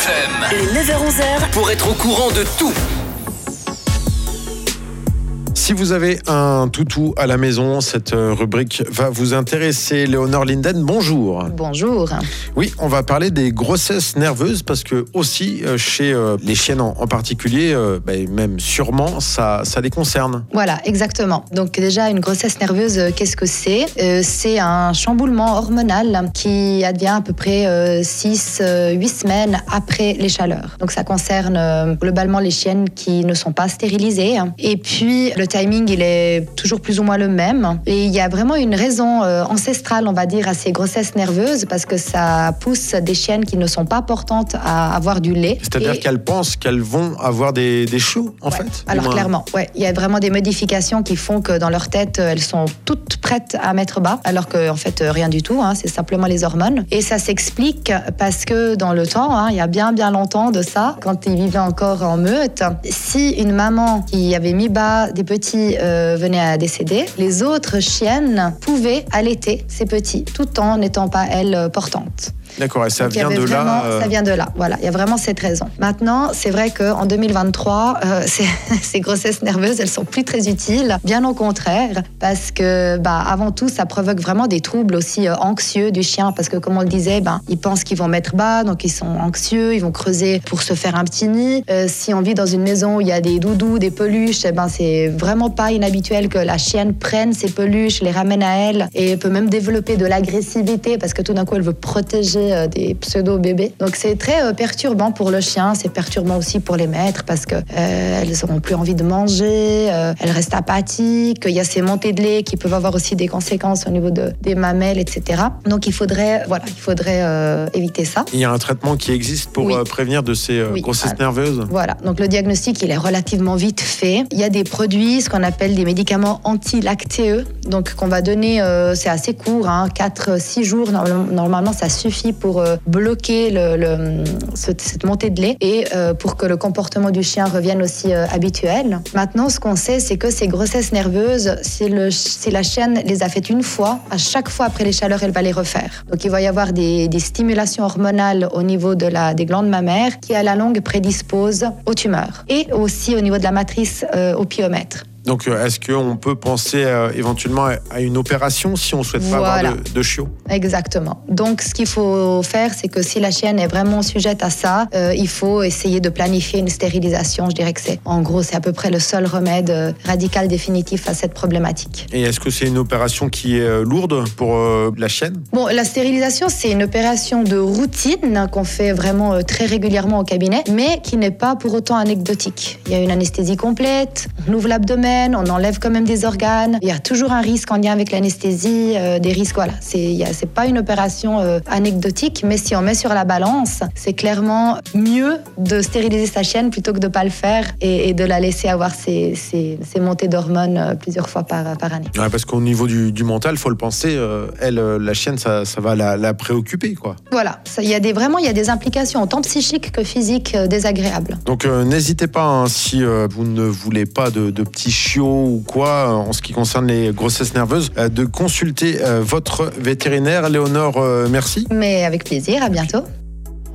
FM. Les 9h-11h. Pour être au courant de tout. Si vous avez un toutou à la maison, cette rubrique va vous intéresser. Léonore Linden, bonjour. Bonjour. Oui, on va parler des grossesses nerveuses parce que aussi chez les chiennes en particulier, même sûrement, ça les concerne. Voilà, exactement. Donc déjà, une grossesse nerveuse, qu'est-ce que c'est ? C'est un chamboulement hormonal qui advient à peu près 6-8 semaines après les chaleurs. Donc ça concerne globalement les chiennes qui ne sont pas stérilisées. Et puis le timing, il est toujours plus ou moins le même. Et il y a vraiment une raison ancestrale, on va dire, à ces grossesses nerveuses parce que ça pousse des chiennes qui ne sont pas portantes à avoir du lait. C'est-à-dire qu'elles pensent qu'elles vont avoir des chiots, en fait. Alors clairement, il y a vraiment des modifications qui font que dans leur tête, elles sont toutes prêtes à mettre bas, alors qu'en fait, rien du tout, c'est simplement les hormones. Et ça s'explique parce que dans le temps, il y a bien longtemps de ça, quand ils vivaient encore en meute, si une maman qui avait mis bas des petits venait à décéder, les autres chiennes pouvaient allaiter ces petits, tout en n'étant pas elles portantes. D'accord, et ça vient de vraiment, là. Ça vient de là, voilà. Il y a vraiment cette raison. Maintenant, c'est vrai qu'en 2023, ces grossesses nerveuses, elles sont plus très utiles, bien au contraire, parce que, avant tout, ça provoque vraiment des troubles aussi anxieux du chien, parce que, comme on le disait, ils pensent qu'ils vont mettre bas, donc ils sont anxieux, ils vont creuser pour se faire un petit nid. Si on vit dans une maison où il y a des doudous, des peluches, c'est vraiment pas inhabituel que la chienne prenne ces peluches, les ramène à elle, et peut même développer de l'agressivité, parce que tout d'un coup, elle veut protéger des pseudo-bébés. Donc c'est très perturbant pour le chien, c'est perturbant aussi pour les maîtres parce que elles n'auront plus envie de manger, elles restent apathiques, il y a ces montées de lait qui peuvent avoir aussi des conséquences au niveau des mamelles, etc. Donc il faudrait éviter ça. Il y a un traitement qui existe pour prévenir de ces grossesses nerveuses. Voilà, donc le diagnostic, il est relativement vite fait. Il y a des produits, ce qu'on appelle des médicaments anti-lactéeux, donc qu'on va donner, c'est assez court, 4-6 jours, normalement ça suffit pour bloquer cette montée de lait et pour que le comportement du chien revienne aussi habituel. Maintenant, ce qu'on sait, c'est que ces grossesses nerveuses, si la chienne les a faites une fois, à chaque fois après les chaleurs, elle va les refaire. Donc il va y avoir des stimulations hormonales au niveau des glandes mammaires qui, à la longue, prédisposent aux tumeurs et aussi au niveau de la matrice au pyomètre. Donc, est-ce qu'on peut penser éventuellement à une opération si on ne souhaite pas avoir de chiot ? Exactement. Donc, ce qu'il faut faire, c'est que si la chienne est vraiment sujette à ça, il faut essayer de planifier une stérilisation. Je dirais que c'est à peu près le seul remède radical définitif à cette problématique. Et est-ce que c'est une opération qui est lourde pour la chienne ? Bon, la stérilisation, c'est une opération de routine qu'on fait vraiment très régulièrement au cabinet, mais qui n'est pas pour autant anecdotique. Il y a une anesthésie complète, on ouvre l'abdomen, on enlève quand même des organes. Il y a toujours un risque en lien avec l'anesthésie, des risques, c'est pas une opération anecdotique, mais si on met sur la balance, c'est clairement mieux de stériliser sa chienne plutôt que de pas le faire et de la laisser avoir ces montées d'hormones plusieurs fois par année. Ouais, parce qu'au niveau du mental, faut le penser, la chienne, ça va la préoccuper, quoi. Voilà, il y a des implications autant psychiques que physiques désagréables. Donc n'hésitez pas, si vous ne voulez pas de petits chiots ou quoi, en ce qui concerne les grossesses nerveuses, de consulter votre vétérinaire. Léonore, merci. Mais avec plaisir, à bientôt.